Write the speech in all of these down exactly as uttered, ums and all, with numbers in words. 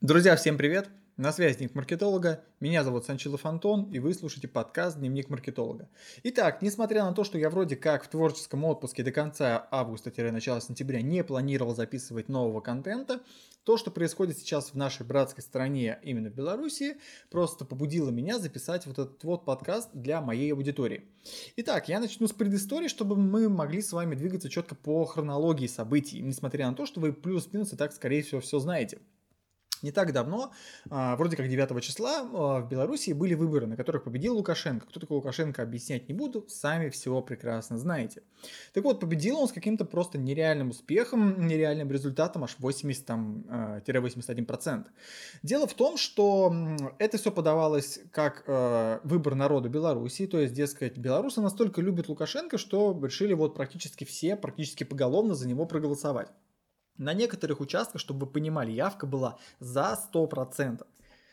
Друзья, всем привет! На связи Дневник маркетолога. Меня зовут Санчилов Антон, и вы слушаете подкаст «Дневник маркетолога». Итак, несмотря на то, что я вроде как в творческом отпуске до конца августа-начала сентября не планировал записывать нового контента, то, что происходит сейчас в нашей братской стране, именно в Беларуси, просто побудило меня записать вот этот вот подкаст для моей аудитории. Итак, я начну с предыстории, чтобы мы могли с вами двигаться четко по хронологии событий, несмотря на то, что вы плюс-минус и так, скорее всего, все знаете. Не так давно, а, вроде как девятого числа, а, в Беларуси были выборы, на которых победил Лукашенко. Кто такой Лукашенко, объяснять не буду, сами все прекрасно знаете. Так вот, победил он с каким-то просто нереальным успехом, нереальным результатом, аж восемьдесят-восемьдесят один процент. Дело в том, что это все подавалось как э, выбор народа Беларуси, то есть, дескать, белорусы настолько любят Лукашенко, что решили вот практически все, практически поголовно за него проголосовать. На некоторых участках, чтобы вы понимали, явка была за сто процентов.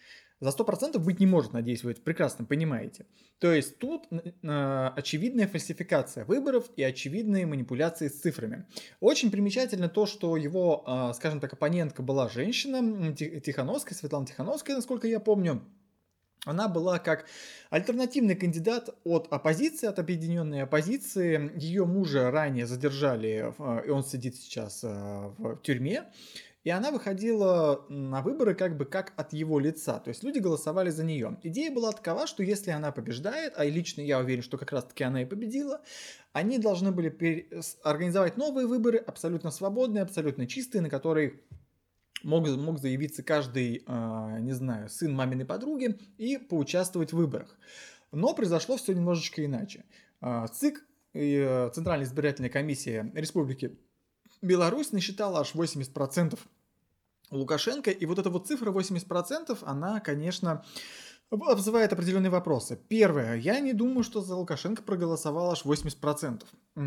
За сто процентов быть не может, надеюсь, вы это прекрасно понимаете. То есть тут э, очевидная фальсификация выборов и очевидные манипуляции с цифрами. Очень примечательно то, что его, э, скажем так, оппонентка была женщина, Тихановская, Светлана Тихановская, насколько я помню. Она была как альтернативный кандидат от оппозиции, от объединенной оппозиции. Ее мужа ранее задержали, и он сидит сейчас в тюрьме. И она выходила на выборы как бы как от его лица. То есть люди голосовали за нее. Идея была такова, что если она побеждает, а лично я уверен, что как раз таки она и победила, они должны были организовать новые выборы, абсолютно свободные, абсолютно чистые, на которые Мог, мог заявиться каждый, э, не знаю, сын маминой подруги и поучаствовать в выборах. Но произошло все немножечко иначе. Э, ЦИК, э, Центральная избирательная комиссия Республики Беларусь, насчитала аж восемьдесят процентов Лукашенко. И вот эта вот цифра восемьдесят процентов, она, конечно, вызывает определенные вопросы. Первое. Я не думаю, что за Лукашенко проголосовало аж восемьдесят процентов.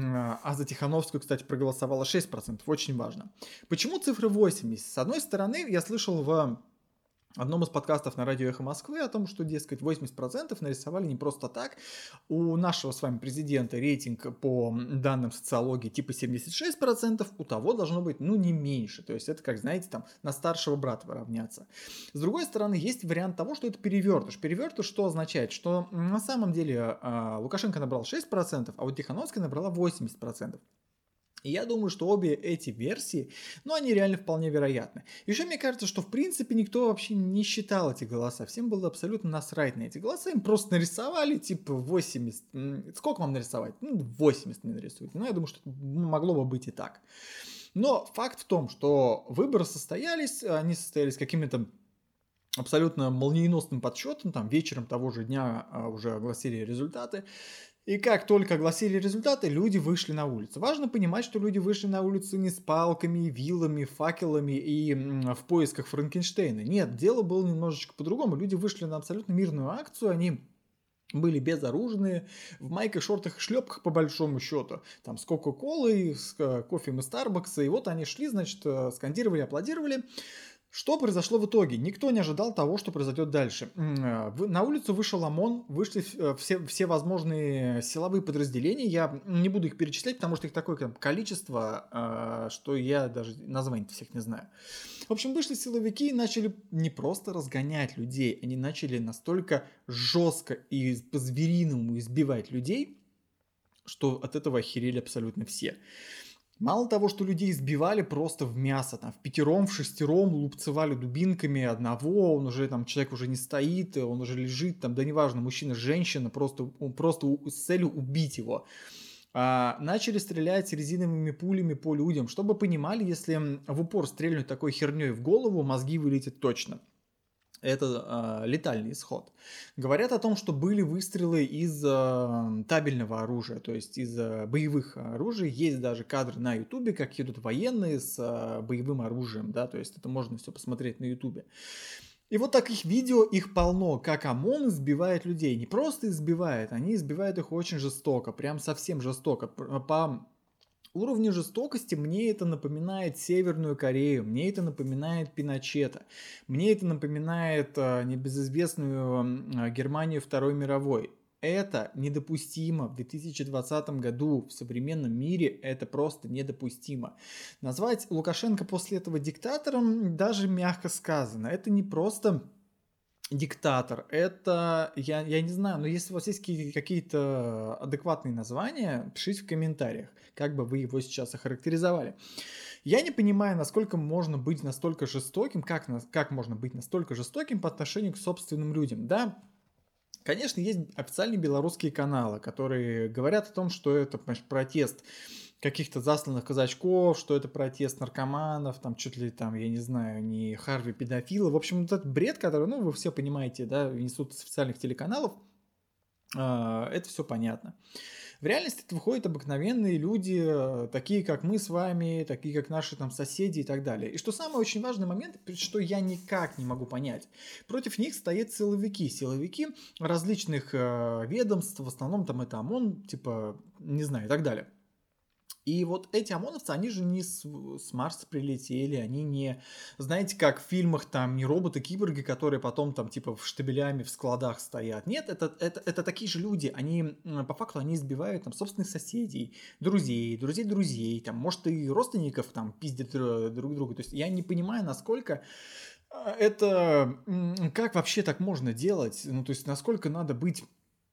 А за Тихановскую, кстати, проголосовало шесть процентов. Очень важно. Почему цифра восемьдесят? С одной стороны, я слышал в одном из подкастов на радио «Эхо Москвы» о том, что, дескать, восемьдесят процентов нарисовали не просто так. У нашего с вами президента рейтинг по данным социологии типа семьдесят шесть процентов, у того должно быть, ну, не меньше. То есть это, как знаете, там на старшего брата выравняться. С другой стороны, есть вариант того, что это перевертыш. Перевертыш что означает? Что на самом деле Лукашенко набрал шесть процентов, а вот Тихановская набрала восемьдесят процентов. И я думаю, что обе эти версии, ну, они реально вполне вероятны. Еще мне кажется, что в принципе никто вообще не считал эти голоса. Всем было абсолютно насрать на эти голоса. Им просто нарисовали, типа, восемьдесят. Сколько вам нарисовать? Ну, восемьдесят мне нарисуют. Ну, я думаю, что могло бы быть и так. Но факт в том, что выборы состоялись, они состоялись какими-то абсолютно молниеносным подсчетом. Там вечером того же дня уже огласили результаты. И как только огласили результаты, люди вышли на улицу. Важно понимать, что люди вышли на улицу не с палками, вилами, факелами и в поисках Франкенштейна. Нет, дело было немножечко по-другому. Люди вышли на абсолютно мирную акцию, они были безоружные, в майках, шортах и шлепках по большому счету. Там с Кока-Колой, с кофе из Старбакса. И вот они шли, значит, скандировали, аплодировали. Что произошло в итоге? Никто не ожидал того, что произойдет дальше. На улицу вышел ОМОН, вышли все, все возможные силовые подразделения. Я не буду их перечислять, потому что их такое количество, что я даже названий всех не знаю. В общем, вышли силовики и начали не просто разгонять людей, они начали настолько жестко и по-звериному избивать людей, что от этого охерели абсолютно все. Мало того, что людей избивали просто в мясо, там, в пятером, в шестером лупцевали дубинками одного, он уже, там, человек уже не стоит, он уже лежит, там, да неважно, мужчина, женщина, просто, просто с целью убить его. А, начали стрелять резиновыми пулями по людям, чтобы понимали, если в упор стрельнуть такой херней в голову, мозги вылетят точно. Это э, летальный исход. Говорят о том, что были выстрелы из э, табельного оружия, то есть из э, боевых оружий. Есть даже кадры на ютубе, как едут военные с э, боевым оружием, да, то есть это можно все посмотреть на ютубе. И вот таких видео, их полно, как ОМОН избивает людей. Не просто избивает, они избивают их очень жестоко, прям совсем жестоко. По уровню жестокости мне это напоминает Северную Корею, мне это напоминает Пиночета, мне это напоминает э, небезызвестную э, Германию Второй мировой. Это недопустимо в две тысячи двадцатом году в современном мире, это просто недопустимо. Назвать Лукашенко после этого диктатором даже мягко сказано. Это не просто диктатор, это, я, я не знаю, но если у вас есть какие- какие-то адекватные названия, пишите в комментариях, как бы вы его сейчас охарактеризовали. Я не понимаю, насколько можно быть настолько жестоким, как, на- как можно быть настолько жестоким по отношению к собственным людям. Да, конечно, есть официальные белорусские каналы, которые говорят о том, что это, понимаешь, протест каких-то засланных казачков, что это протест наркоманов, там чуть ли там, я не знаю, не Харви педофила. В общем, вот этот бред, который, ну, вы все понимаете, да, несут с официальных телеканалов, а, это все понятно. В реальности это выходят обыкновенные люди, э, такие как мы с вами, такие как наши там соседи и так далее. И что самый очень важный момент, что я никак не могу понять. Против них стоят силовики. Силовики различных э, ведомств, в основном там это ОМОН, типа, не знаю, и так далее. И вот эти ОМОНовцы, они же не с, с Марса прилетели, они не, знаете, как в фильмах там, не роботы-киборги, которые потом там типа в штабелями в складах стоят. Нет, это, это, это такие же люди, они м, по факту они избивают там собственных соседей, друзей, друзей друзей, там, может и родственников там пиздят э, друг друга. То есть я не понимаю, насколько а, это, м, как вообще так можно делать, ну то есть насколько надо быть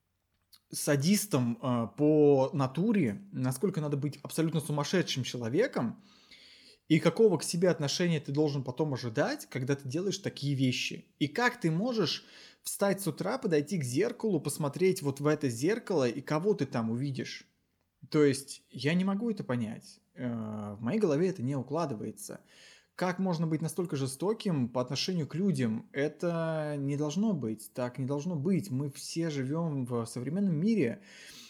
садистом а, по натуре, насколько надо быть абсолютно сумасшедшим человеком, и какого к себе отношения ты должен потом ожидать, когда ты делаешь такие вещи. И как ты можешь встать с утра, подойти к зеркалу, посмотреть вот в это зеркало, и кого ты там увидишь. То есть я не могу это понять. Э, В моей голове это не укладывается. Как можно быть настолько жестоким по отношению к людям? Это не должно быть. Так не должно быть. Мы все живем в современном мире.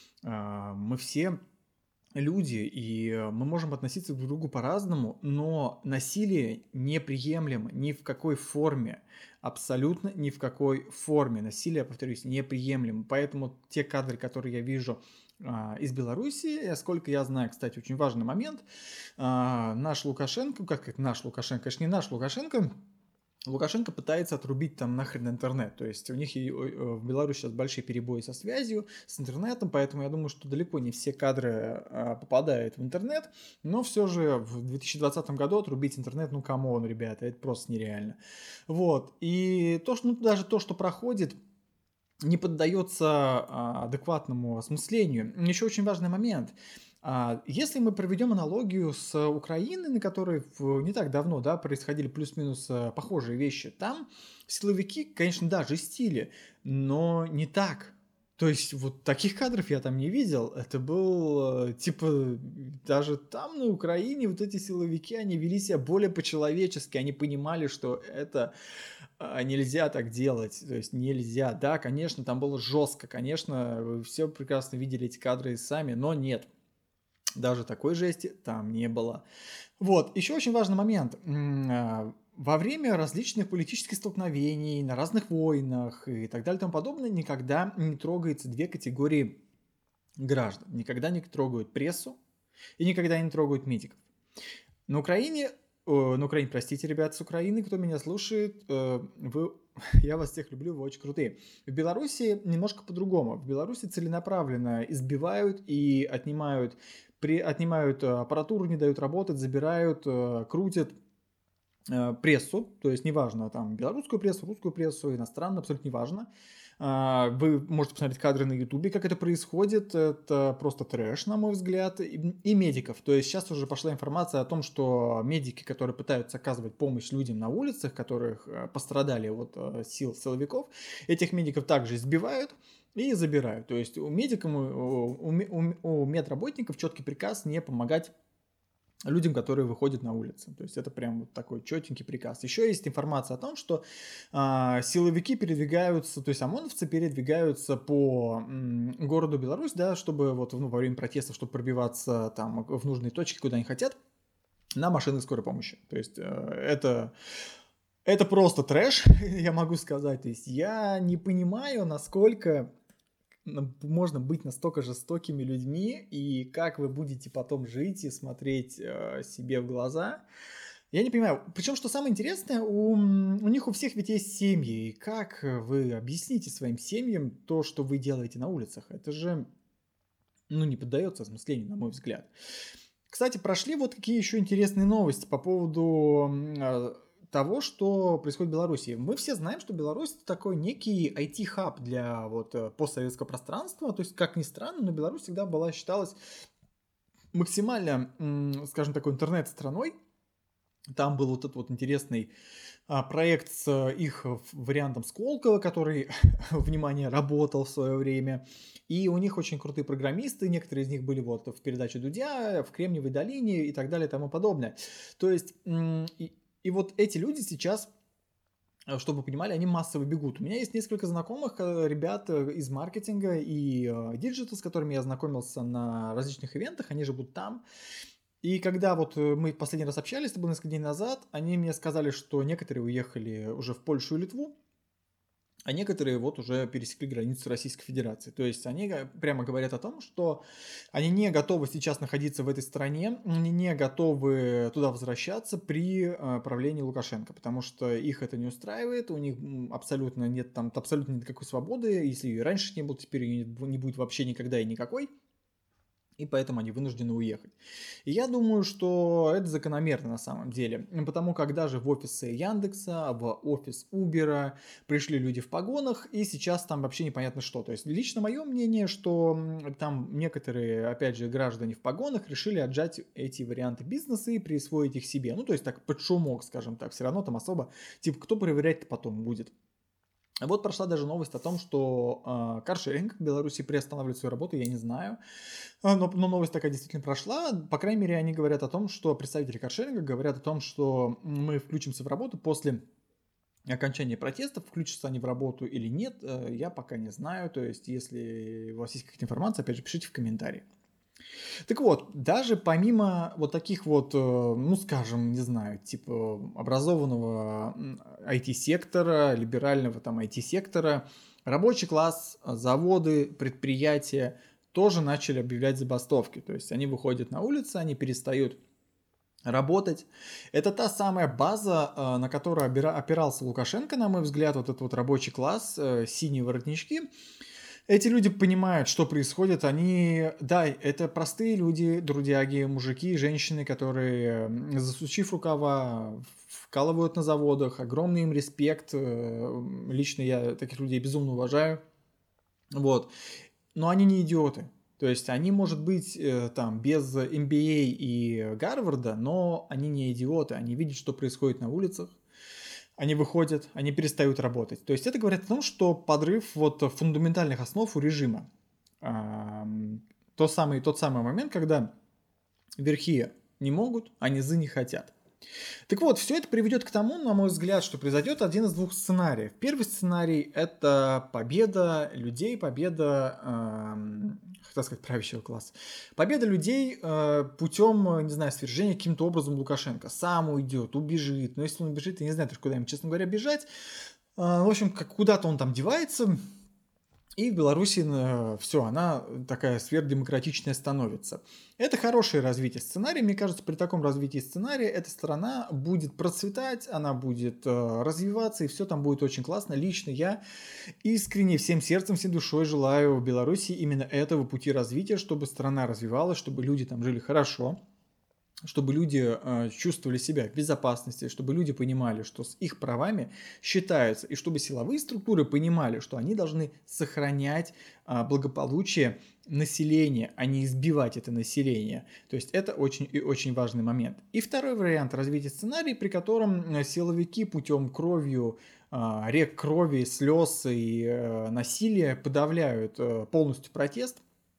А, Мы все люди, и э, мы можем относиться друг к другу по-разному, но насилие неприемлемо ни в какой форме. Абсолютно ни в какой форме. Насилие, повторюсь, неприемлемо. Поэтому те кадры, которые я вижу а, из Белоруссии, сколько я знаю, кстати, очень важный момент, а, наш Лукашенко, как это наш Лукашенко, конечно, не наш Лукашенко, Лукашенко пытается отрубить там нахрен интернет. То есть у них и, ой, э, в Беларуси сейчас большие перебои со связью, с интернетом, поэтому я думаю, что далеко не все кадры а, попадают в интернет. Но все же в две тысячи двадцатом году отрубить интернет, ну камон, ребята, это просто нереально. Вот. И то, что, ну, даже то, что проходит, не поддается а, адекватному осмыслению. Еще очень важный момент. А, Если мы проведем аналогию с Украиной, на которой в- не так давно, да, происходили плюс-минус а, похожие вещи, там силовики, конечно, да, жестили, но не так. То есть вот таких кадров я там не видел. Это был, э, типа, даже там на Украине вот эти силовики, они вели себя более по-человечески, они понимали, что это а, нельзя так делать, то есть нельзя. Да, конечно, там было жестко, конечно, вы все прекрасно видели эти кадры и сами, но нет, даже такой жести там не было. Вот, еще очень важный момент. М, а, Во время различных политических столкновений, на разных войнах и так далее и тому подобное никогда не трогается две категории граждан. Никогда не трогают прессу и никогда не трогают медиков. На Украине, о, на Украине, простите, ребят с Украины, кто меня слушает, э, вы, я вас всех люблю, вы очень крутые. В Беларуси немножко по-другому. В Беларуси целенаправленно избивают и отнимают, при, отнимают э, аппаратуру, не дают работать, забирают, э, крутят э, прессу, то есть неважно, там белорусскую прессу, русскую прессу, иностранную, абсолютно неважно. А, Вы можете посмотреть кадры на ютубе, как это происходит, это просто трэш, на мой взгляд, и, и медиков. То есть сейчас уже пошла информация о том, что медики, которые пытаются оказывать помощь людям на улицах, которых э, пострадали от э, сил силовиков, этих медиков также избивают и забирают. То есть у медиков, у, у, у- у медработников четкий приказ не помогать людям, которые выходят на улицы. То есть это прям вот такой четенький приказ. Еще есть информация о том, что а, силовики передвигаются, то есть ОМОНовцы передвигаются по м, городу Беларусь, да, чтобы вот ну, во время протестов, чтобы пробиваться там в нужные точки, куда они хотят, на машины скорой помощи. То есть э, это это просто трэш, я могу сказать. То есть я не понимаю, насколько н- можно быть настолько жестокими людьми, и как вы будете потом жить и смотреть э, себе в глаза. Я не понимаю. Причем, что самое интересное, у, м, у них у всех ведь есть семьи. И как э, вы объясните своим семьям то, что вы делаете на улицах? Это же, ну, не поддается осмыслению, на мой взгляд. Кстати, прошли вот какие еще интересные новости по поводу м, а, того, что происходит в Беларуси. Мы все знаем, что Беларусь это такой некий ай ти-хаб для вот э, постсоветского пространства. То есть, как ни странно, но Беларусь всегда была, считалась максимально, м, скажем, такой интернет-страной. Там был вот этот вот интересный а, проект с э, их э, вариантом Сколково, который, внимание, работал в свое время. И у них очень крутые программисты, некоторые из них были вот в передаче Дудя, в Кремниевой долине и так далее и тому подобное. То есть, м, и, и вот эти люди сейчас, э, чтобы вы понимали, они массово бегут. У меня есть несколько знакомых э, ребят э, из маркетинга и э, диджита, с которыми я знакомился на различных ивентах, они живут там. И когда вот э, мы последний раз общались, это было несколько дней назад, они мне сказали, что некоторые уехали уже в Польшу и Литву, а некоторые вот уже пересекли границу Российской Федерации. То есть они га- прямо говорят о том, что они не готовы сейчас находиться в этой стране, они не готовы туда возвращаться при э, правлении Лукашенко, потому что их это не устраивает, у них м, абсолютно нет там абсолютно никакой свободы, если ее и раньше не было, теперь ее не бу- не будет вообще никогда и никакой. И поэтому они вынуждены уехать. И я думаю, что это закономерно на самом деле. Потому как даже в офисы Яндекса, в офис Убера пришли люди в погонах, и сейчас там вообще непонятно что. То есть лично мое мнение, что м, там некоторые, опять же, граждане в погонах решили отжать эти варианты бизнеса и присвоить их себе. Ну, то есть так под шумок, скажем так. Все равно там особо, типа, кто проверять-то потом будет. А вот прошла даже новость о том, что а, каршеринг в Беларуси приостанавливает свою работу, я не знаю. А, Но, но новость такая действительно прошла. По крайней мере, они говорят о том, что представители каршеринга говорят о том, что мы включимся в работу после окончания протестов. Включатся они в работу или нет, э, я пока не знаю. То есть, если у вас есть какая-то информация, опять же, пишите в комментарии. Так вот, даже помимо вот таких вот, э, ну, скажем, не знаю, типа образованного м, ай ти-сектора, либерального там ай ти-сектора, рабочий класс, а, заводы, предприятия тоже начали объявлять забастовки. То есть они выходят на улицы, они перестают работать. Это та самая база, э, на которую обира- опирался Лукашенко, на мой взгляд, вот этот вот рабочий класс, э, синие воротнички. Эти люди понимают, что происходит. Они, да, это простые люди, трудяги, мужики, женщины, которые, м, засучив рукава, вкалывают на заводах. Огромный им респект. э, Лично я таких людей безумно уважаю. Вот. Но они не идиоты. То есть они, может быть, э, там без эм би эй и Гарварда, но они не идиоты. Они видят, что происходит на улицах. Они выходят, они перестают работать. То есть это говорит о том, что подрыв вот фундаментальных основ у режима. Ам, то самый, тот самый момент, когда верхи не могут, а низы не хотят. Так вот, все это приведет к тому, на мой взгляд, что произойдет один из двух сценариев. Первый сценарий – это победа людей, победа, эм, хотел сказать, правящего класса. Победа людей э, путем, не знаю, свержения каким-то образом Лукашенко. Сам уйдет, убежит. Но если он убежит, я не знаю даже, куда им, честно говоря, бежать. Э, в общем, как куда-то он там девается, и в Беларуси все, она такая сверхдемократичная становится. Это хорошее развитие сценария. Мне кажется, при таком развитии сценария эта страна будет процветать, она будет э, развиваться, и все там будет очень классно. Лично я искренне, всем сердцем, всей душой желаю Беларуси именно этого пути развития, чтобы страна развивалась, чтобы люди там жили хорошо, чтобы люди э, чувствовали себя в безопасности, чтобы люди понимали, что с их правами считаются, и чтобы силовые структуры понимали, что они должны сохранять э, благополучие населения, а не избивать это население. То есть это очень и очень важный момент. И второй вариант развития сценария, при котором э, силовики путем кровью, э, рек крови, слез и э, насилия подавляют э, полностью протест,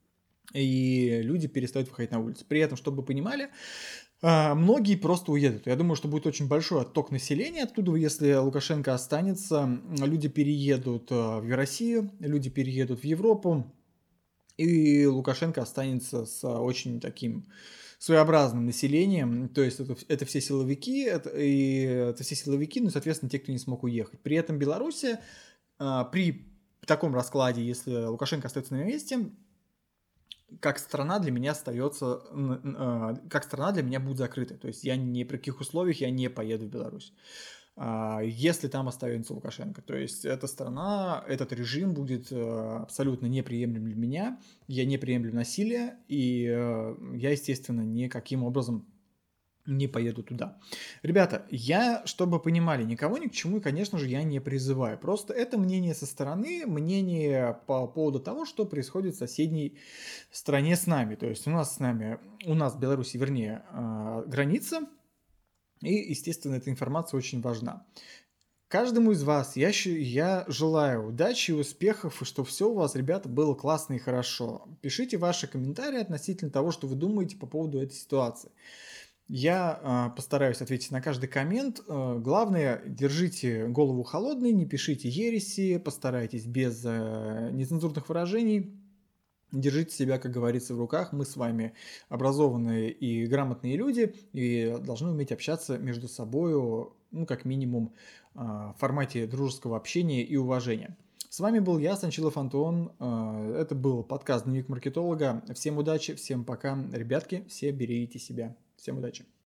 и люди перестают выходить на улицу. При этом, чтобы вы понимали, а, многие просто уедут. Я думаю, что будет очень большой отток населения оттуда, если Лукашенко останется. Люди переедут а, в Россию, люди переедут в Европу, и Лукашенко останется с а, очень таким своеобразным населением. То есть это, это все силовики, это, и это все силовики, ну, соответственно, те, кто не смог уехать. При этом Белоруссия а, при таком раскладе, если Лукашенко остается на месте, как страна для меня остается, н- н- а, как страна для меня будет закрыта. То есть я ни при каких условиях я не поеду в Беларусь, а, если там останется Лукашенко. То есть эта страна, этот режим будет э, абсолютно неприемлем для меня. Я не приемлю насилие, и э, я, естественно, никаким образом не поеду туда. Ребята, я, чтобы понимали, никого ни к чему, конечно же, я не призываю. Просто это мнение со стороны, мнение по поводу того, что происходит в соседней стране с нами. То есть у нас с нами, у нас в Беларуси, вернее, а, граница, и, естественно, эта информация очень важна. Каждому из вас я, щи- я желаю удачи, успехов, и чтобы все у вас, ребята, было классно и хорошо. Пишите ваши комментарии относительно того, что вы думаете по поводу этой ситуации. Я а, постараюсь ответить на каждый коммент. А, главное, держите голову холодной, не пишите ереси, постарайтесь без а, нецензурных выражений. Держите себя, как говорится, в руках. Мы с вами образованные и грамотные люди и должны уметь общаться между собой, ну, как минимум, а, в формате дружеского общения и уважения. С вами был я, Санчилов Антон. А, Это был подкаст «Дневник маркетолога». Всем удачи, всем пока. Ребятки, все берегите себя. Всем удачи.